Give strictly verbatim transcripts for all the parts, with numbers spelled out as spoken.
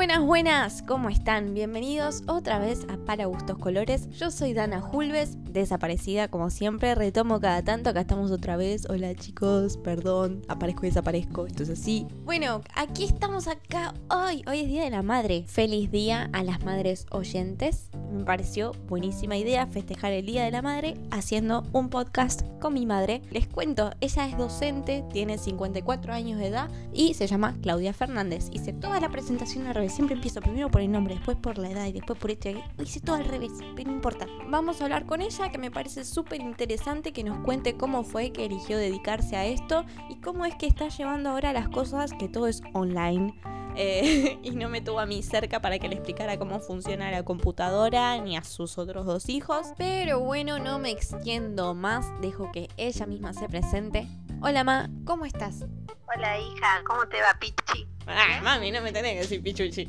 Buenas, buenas, ¿cómo están? Bienvenidos otra vez a Para Gustos Colores. Yo soy Dana Julves, desaparecida como siempre, retomo cada tanto, acá estamos otra vez. Hola chicos, perdón, aparezco y desaparezco, esto es así. Bueno, aquí estamos acá hoy, hoy es Día de la Madre. Feliz día a las madres oyentes. Me pareció buenísima idea festejar el Día de la Madre haciendo un podcast con mi madre. Les cuento, ella es docente, tiene cincuenta y cuatro años de edad y se llama Claudia Fernández. Hice toda la presentación al revés, siempre empiezo primero por el nombre, después por la edad y después por esto. Hice todo al revés, pero no importa. Vamos a hablar con ella, que me parece súper interesante que nos cuente cómo fue que eligió dedicarse a esto y cómo es que está llevando ahora las cosas, que todo es online. Eh, y no me tuvo a mí cerca para que le explicara cómo funciona la computadora ni a sus otros dos hijos. Pero bueno, no me extiendo más, dejo que ella misma se presente. Hola Ma, ¿cómo estás? Hola hija, ¿cómo te va, Pichi? Ah, mami, no me tenés que decir Pichuchi.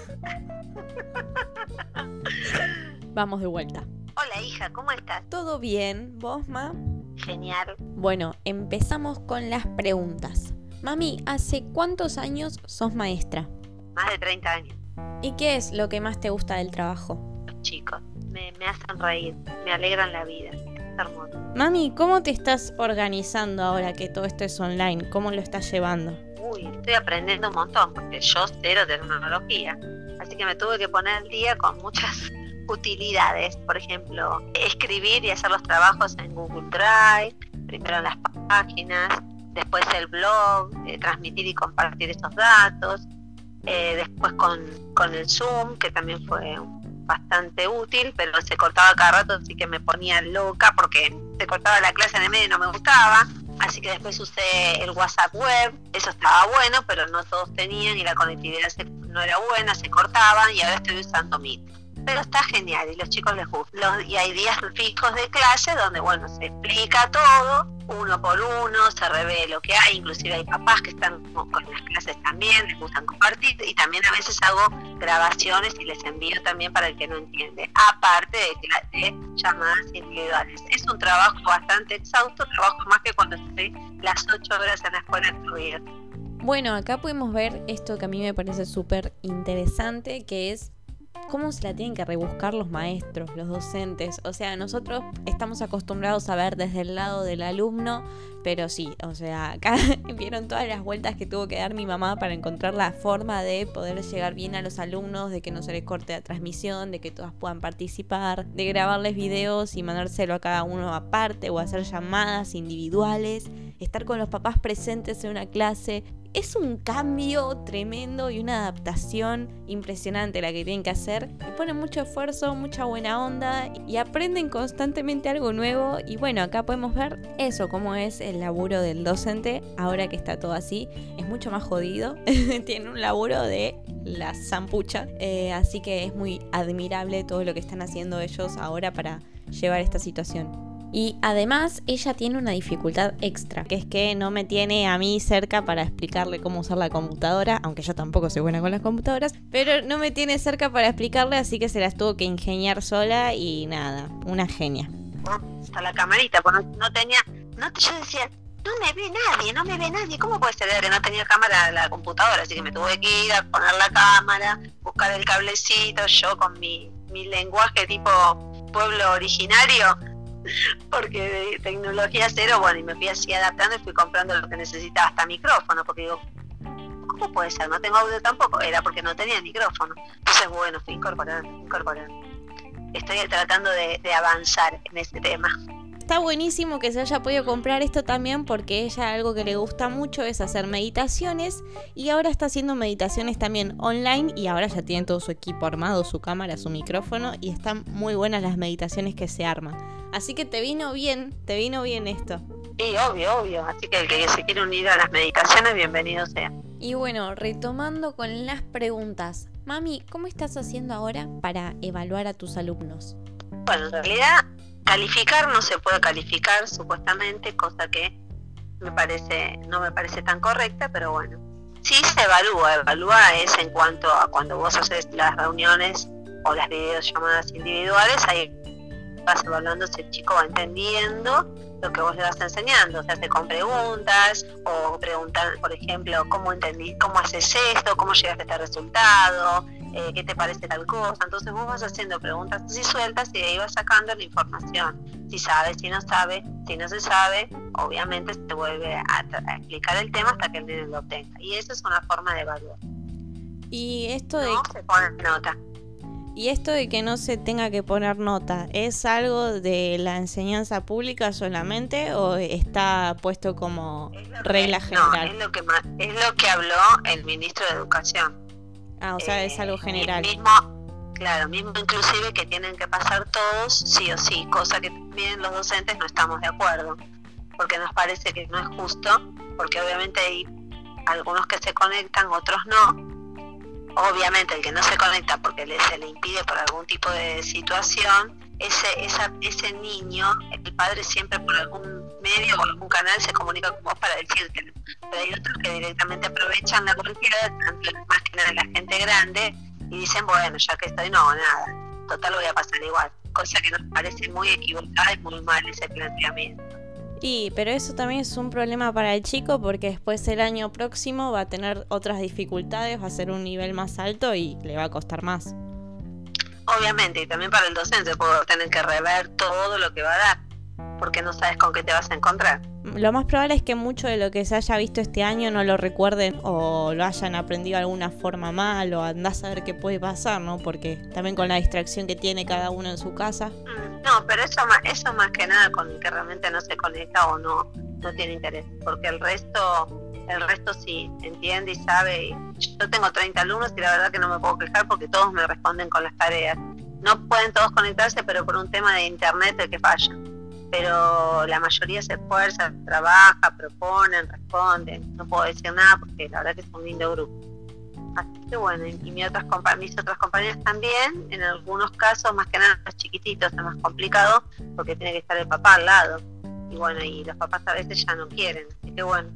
Vamos de vuelta. Hola hija, ¿cómo estás? ¿Todo bien? ¿Vos, Ma? Genial. Bueno, empezamos con las preguntas. Mami, ¿hace cuántos años sos maestra? Más de treinta años. ¿Y qué es lo que más te gusta del trabajo? Los chicos me, me hacen reír, me alegran la vida. Es hermoso. Mami, ¿cómo te estás organizando ahora que todo esto es online? ¿Cómo lo estás llevando? Uy, estoy aprendiendo un montón porque yo cero tecnología. Así que me tuve que poner al día con muchas utilidades. Por ejemplo, escribir y hacer los trabajos en Google Drive, primero en las páginas, después el blog, eh, transmitir y compartir esos datos, eh, después con, con el Zoom, que también fue bastante útil, pero se cortaba cada rato, así que me ponía loca porque se cortaba la clase en el medio y no me gustaba, así que después usé el WhatsApp web, eso estaba bueno, pero no todos tenían y la conectividad se, no era buena, se cortaban, y ahora estoy usando Meet. Pero está genial y los chicos les gusta. Los, y hay días fijos de clase donde, bueno, se explica todo, uno por uno, se revé lo que hay, inclusive hay papás que están con, con las clases también, les gustan compartir, y también a veces hago grabaciones y les envío también para el que no entiende, aparte de, de llamadas individuales. Es un trabajo bastante exhausto, trabajo más que cuando estoy las ocho horas en la escuela incluida. Bueno, acá podemos ver esto que a mí me parece súper interesante, que es cómo se la tienen que rebuscar los maestros, los docentes. O sea, nosotros estamos acostumbrados a ver desde el lado del alumno, pero sí, o sea, acá vieron todas las vueltas que tuvo que dar mi mamá para encontrar la forma de poder llegar bien a los alumnos, de que no se les corte la transmisión, de que todas puedan participar, de grabarles videos y mandárselo a cada uno aparte o hacer llamadas individuales, estar con los papás presentes en una clase. Es un cambio tremendo y una adaptación impresionante la que tienen que hacer. Y ponen mucho esfuerzo, mucha buena onda y aprenden constantemente algo nuevo. Y bueno, acá podemos ver eso, cómo es el laburo del docente ahora que está todo así. Es mucho más jodido. Tiene un laburo de la zampucha. Eh, así que es muy admirable todo lo que están haciendo ellos ahora para llevar esta situación. Y además ella tiene una dificultad extra, que es que no me tiene a mí cerca para explicarle cómo usar la computadora, aunque yo tampoco soy buena con las computadoras, pero no me tiene cerca para explicarle, así que se las tuvo que ingeniar sola y nada, una genia. Hasta la camarita, porque no, no tenía, no, yo decía, no me ve nadie, no me ve nadie, ¿cómo puede ser que no tenía cámara la computadora? Así que me tuve que ir a poner la cámara, buscar el cablecito, yo con mi, mi lenguaje tipo pueblo originario, porque de tecnología cero, bueno, y me fui así adaptando y fui comprando lo que necesitaba, hasta micrófono, porque digo, ¿cómo puede ser? No tengo audio tampoco, era porque no tenía micrófono. Entonces, bueno, fui incorporando, incorporando. Estoy tratando de, de avanzar en este tema. Está buenísimo que se haya podido comprar esto también, porque ella algo que le gusta mucho es hacer meditaciones y ahora está haciendo meditaciones también online y ahora ya tiene todo su equipo armado, su cámara, su micrófono y están muy buenas las meditaciones que se arman. Así que te vino bien, te vino bien esto. Sí, obvio, obvio. Así que el que se quiere unir a las meditaciones, bienvenido sea. Y bueno, retomando con las preguntas. Mami, ¿cómo estás haciendo ahora para evaluar a tus alumnos? Bueno, en realidad calificar no se puede calificar supuestamente, cosa que me parece no me parece tan correcta, pero bueno. Sí se evalúa, evalúa es en cuanto a cuando vos haces las reuniones o las videollamadas individuales, ahí vas evaluando si el chico va entendiendo lo que vos le vas enseñando, o sea, hace con preguntas, o preguntar, por ejemplo, cómo entendí, cómo haces esto, cómo llegaste a este resultado, eh, qué te parece tal cosa. Entonces vos vas haciendo preguntas así sueltas y de ahí vas sacando la información. Si sabe, si no sabe, si no se sabe, obviamente se vuelve a, a explicar el tema hasta que el nene lo obtenga. Y eso es una forma de evaluar. Y esto de... No se pone nota. Y esto de que no se tenga que poner nota, ¿es algo de la enseñanza pública solamente o está puesto como regla general? No, es lo que más, es lo que habló el ministro de Educación. Ah, o sea, eh, es algo general. Mismo, claro, mismo inclusive que tienen que pasar todos sí o sí, cosa que también los docentes no estamos de acuerdo, porque nos parece que no es justo, porque obviamente hay algunos que se conectan, otros no. Obviamente el que no se conecta porque le, se le impide por algún tipo de situación, ese esa, ese niño, el padre siempre por algún medio o algún canal se comunica con vos para decírtelo. Pero hay otros que directamente aprovechan la cualquiera, tanto más que nada la gente grande, y dicen, bueno, ya que estoy, no hago nada, total voy a pasar igual. Cosa que nos parece muy equivocada y muy mal ese planteamiento. Y, pero eso también es un problema para el chico porque después el año próximo va a tener otras dificultades, va a ser un nivel más alto y le va a costar más. Obviamente, y también para el docente, porque tener que rever todo lo que va a dar, porque no sabes con qué te vas a encontrar. Lo más probable es que mucho de lo que se haya visto este año no lo recuerden o lo hayan aprendido de alguna forma mal o andás a ver qué puede pasar, ¿no? Porque también con la distracción que tiene cada uno en su casa. No, pero eso más, eso más que nada con el que realmente no se conecta o no, no tiene interés, porque el resto, el resto sí entiende y sabe. Y yo tengo treinta alumnos y la verdad que no me puedo quejar porque todos me responden con las tareas. No pueden todos conectarse, pero por un tema de internet el que falla. Pero la mayoría se esfuerza, trabaja, proponen, responden. No puedo decir nada porque la verdad que es un lindo grupo. Así que bueno, y, y mis, otras compa- mis otras compañeras también, en algunos casos, más que nada los chiquititos, es más complicado porque tiene que estar el papá al lado. Y bueno, y los papás a veces ya no quieren, así que bueno.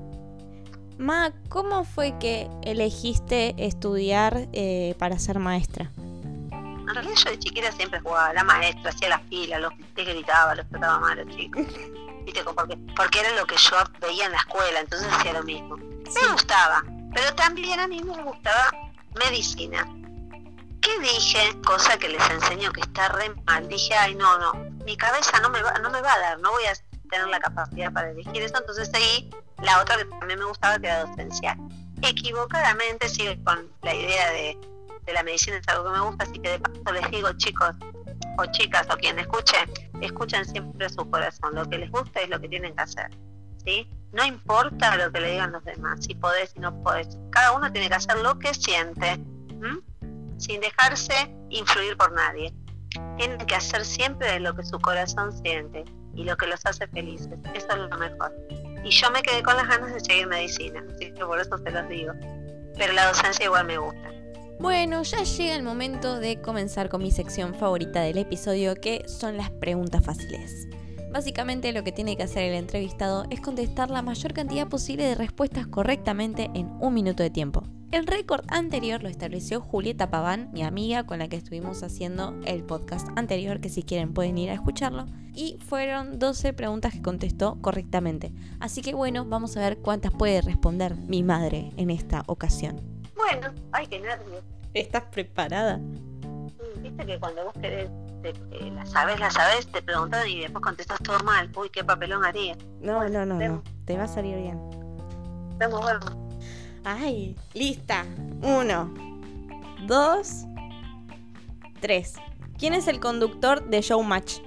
Ma, ¿cómo fue que elegiste estudiar eh, para ser maestra? En realidad yo de chiquita siempre jugaba a la maestra, hacía las filas, los les gritaba, los trataba mal a los chicos. ¿Viste? Porque, porque era lo que yo veía en la escuela, entonces hacía lo mismo. Sí. Me gustaba, pero también a mí me gustaba medicina. ¿Qué dije? Cosa que les enseño que está re mal. Dije, ay, no, no, mi cabeza no me va, no me va a dar, no voy a tener la capacidad para elegir eso. Entonces seguí la otra que también me gustaba, que era docencia. Equivocadamente sigo con la idea de, de la medicina, es algo que me gusta, así que de paso les digo, chicos o chicas o quien escuche, escuchen siempre su corazón. Lo que les gusta es lo que tienen que hacer, ¿sí? No importa lo que le digan los demás, si podés, si no podés. Cada uno tiene que hacer lo que siente, ¿m? sin dejarse influir por nadie. Tienen que hacer siempre de lo que su corazón siente y lo que los hace felices. Eso es lo mejor. Y yo me quedé con las ganas de seguir medicina, así que por eso se los digo. Pero la docencia igual me gusta. Bueno, ya llega el momento de comenzar con mi sección favorita del episodio, que son las preguntas fáciles. Básicamente lo que tiene que hacer el entrevistado es contestar la mayor cantidad posible de respuestas correctamente en un minuto de tiempo. El récord anterior lo estableció Julieta Paván, mi amiga con la que estuvimos haciendo el podcast anterior, que si quieren pueden ir a escucharlo, y fueron doce preguntas que contestó correctamente. Así que bueno, vamos a ver cuántas puede responder mi madre en esta ocasión. Bueno, ay, qué nervios. ¿Estás preparada? Sí, viste que cuando vos querés, te, eh, la sabes, la sabes, te preguntan y después contestas todo mal. Uy, qué papelón haría. No, Bueno, no, no, vemos. no. Te va a salir bien. Vamos, vamos. Ay, lista. Uno, dos, tres. ¿Quién es el conductor de Showmatch?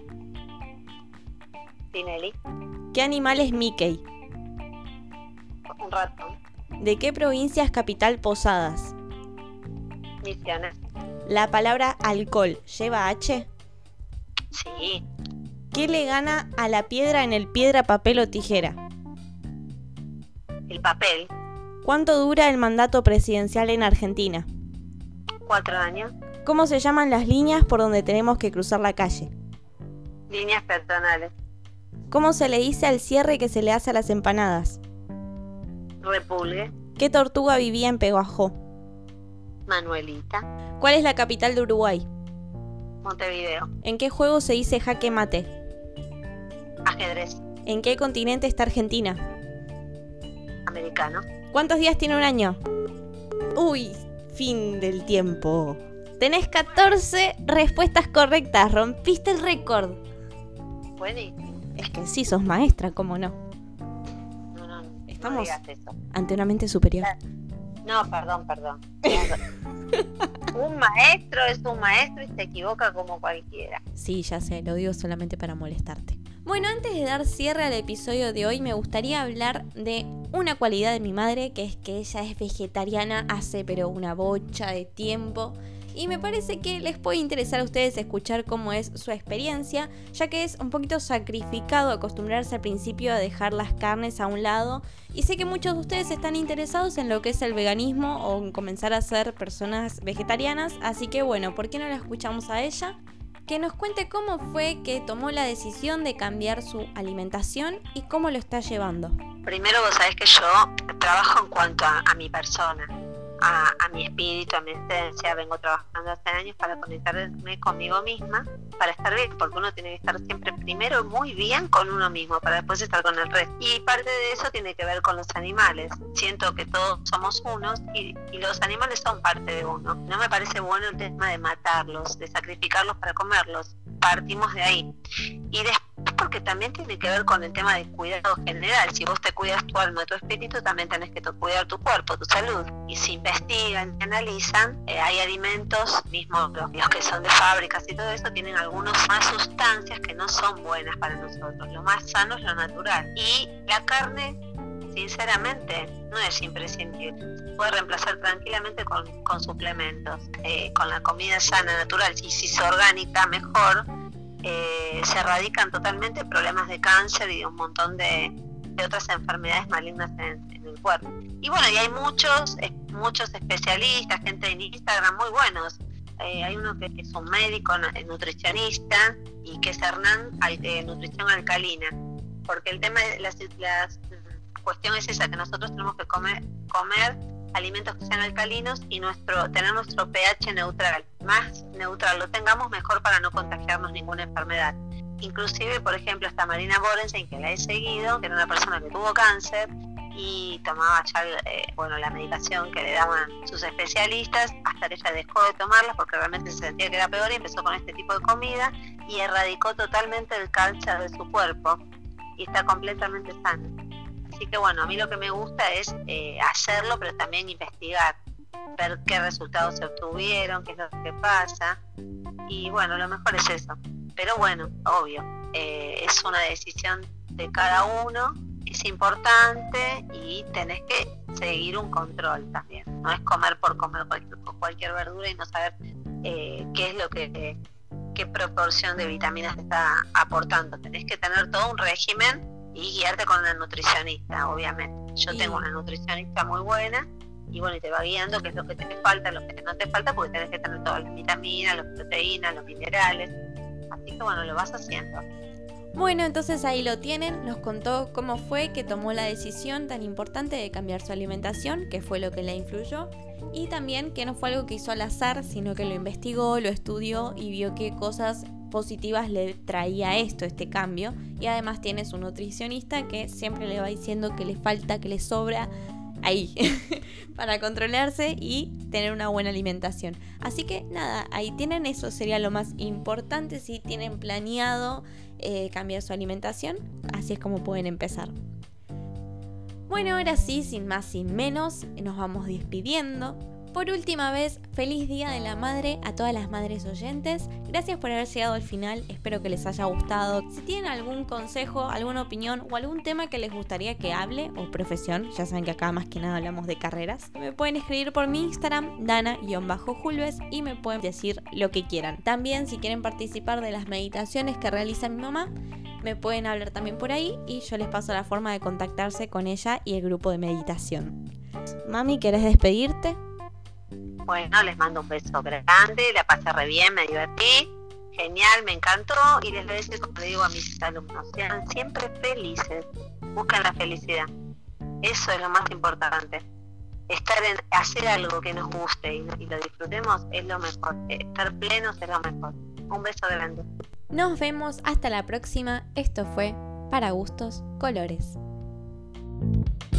Tinelli, ¿Qué animal es Mickey? un ratón, ¿De qué provincia es capital Posadas? Misiones. La palabra alcohol lleva H. Sí, ¿Qué le gana a la piedra en el piedra, papel o tijera? el papel, ¿Cuánto dura el mandato presidencial en Argentina? cuatro años, ¿Cómo se llaman las líneas por donde tenemos que cruzar la calle? líneas peatonales, ¿Cómo se le dice al cierre que se le hace a las empanadas? repulgue, ¿Qué tortuga vivía en Peguajó? Manuelita, ¿Cuál es la capital de Uruguay? Montevideo, ¿En qué juego se dice jaque mate? Ajedrez. ¿En qué continente está Argentina? Americano. ¿Cuántos días tiene un año? Uy, fin del tiempo. Tenés catorce respuestas correctas, rompiste el récord. Buenísimo. Es que sí, sos maestra, ¿cómo no? No, no, no. Estamos No digas eso. ante una mente superior. No, perdón, perdón. Un maestro es un maestro y se equivoca como cualquiera. Sí, ya sé, lo digo solamente para molestarte. Bueno, antes de dar cierre al episodio de hoy, me gustaría hablar de una cualidad de mi madre, que es que ella es vegetariana hace pero una bocha de tiempo. Y me parece que les puede interesar a ustedes escuchar cómo es su experiencia, ya que es un poquito sacrificado acostumbrarse al principio a dejar las carnes a un lado. Y sé que muchos de ustedes están interesados en lo que es el veganismo o en comenzar a ser personas vegetarianas. Así que bueno, ¿por qué no la escuchamos a ella? Que nos cuente cómo fue que tomó la decisión de cambiar su alimentación y cómo lo está llevando. Primero, vos sabés que yo trabajo en cuanto a, a mi persona. A, a mi espíritu, a mi esencia. Vengo trabajando hace años para conectarme conmigo misma, para estar bien, porque uno tiene que estar siempre primero muy bien con uno mismo, para después estar con el resto. Y parte de eso tiene que ver con los animales. Siento que todos somos unos y, y los animales son parte de uno. No me parece bueno el tema de matarlos, de sacrificarlos para comerlos. Partimos de ahí. Y después, porque también tiene que ver con el tema del cuidado general. Si vos te cuidas tu alma, tu espíritu, también tenés que cuidar tu cuerpo, tu salud. Y si investigan y analizan, eh, hay alimentos, mismo los, los que son de fábricas y todo eso, tienen algunas más sustancias que no son buenas para nosotros. Lo más sano es lo natural. Y la carne, sinceramente, no es imprescindible. Se puede reemplazar tranquilamente con, con suplementos, eh, con la comida sana, natural. Y si es orgánica, mejor. Eh, se erradican totalmente problemas de cáncer y de un montón de, de otras enfermedades malignas en, en el cuerpo. Y bueno, y hay muchos eh, muchos especialistas, gente en Instagram muy buenos. Eh, hay uno que es un médico, nutricionista, y que es Hernán, de Nutrición Alcalina. Porque el tema de las, las cuestión es esa, que nosotros tenemos que comer, comer alimentos que sean alcalinos y nuestro tener nuestro pH neutral, más neutral lo tengamos, mejor para no contagiarnos ninguna enfermedad. Inclusive, por ejemplo, esta Marina Borenstein, que la he seguido, que era una persona que tuvo cáncer y tomaba ya eh, bueno, la medicación que le daban sus especialistas, hasta que ella dejó de tomarla porque realmente se sentía que era peor y empezó con este tipo de comida y erradicó totalmente el cáncer de su cuerpo y está completamente sana. Así que bueno, a mí lo que me gusta es eh, hacerlo, pero también investigar, ver qué resultados se obtuvieron, qué es lo que pasa. Y bueno, lo mejor es eso. Pero bueno, obvio, eh, es una decisión de cada uno, es importante y tenés que seguir un control también. No es comer por comer cualquier, cualquier verdura y no saber eh, qué es lo que, qué proporción de vitaminas está aportando. Tenés que tener todo un régimen y guiarte con una nutricionista, obviamente. Yo sí. Tengo una nutricionista muy buena y bueno, y te va guiando qué es lo que te falta, lo que no te falta, porque tenés que tener todas las vitaminas, las proteínas, los minerales. Así que bueno, lo vas haciendo. Bueno, entonces ahí lo tienen, nos contó cómo fue que tomó la decisión tan importante de cambiar su alimentación, que fue lo que la influyó, y también que no fue algo que hizo al azar, sino que lo investigó, lo estudió y vio qué cosas positivas le traía esto, este cambio. Y además tiene su nutricionista que siempre le va diciendo que le falta, que le sobra ahí para controlarse y tener una buena alimentación. Así que nada, ahí tienen, eso sería lo más importante. Si tienen planeado eh, cambiar su alimentación, así es como pueden empezar. Bueno, ahora sí, sin más, sin menos, nos vamos despidiendo. Por última vez, feliz Día de la Madre a todas las madres oyentes. Gracias por haber llegado al final, espero que les haya gustado. Si tienen algún consejo, alguna opinión o algún tema que les gustaría que hable, o profesión, ya saben que acá más que nada hablamos de carreras, me pueden escribir por mi Instagram, dana-julves, y me pueden decir lo que quieran. También, si quieren participar de las meditaciones que realiza mi mamá, me pueden hablar también por ahí y yo les paso la forma de contactarse con ella y el grupo de meditación. Mami, ¿querés despedirte? Bueno, les mando un beso grande, la pasé re bien, me divertí, genial, me encantó y les voy a decir, como le digo a mis alumnos, sean siempre felices, busquen la felicidad, eso es lo más importante. Estar en, hacer algo que nos guste y, y lo disfrutemos es lo mejor, estar plenos es lo mejor. Un beso grande. Nos vemos hasta la próxima, esto fue Para gustos, colores.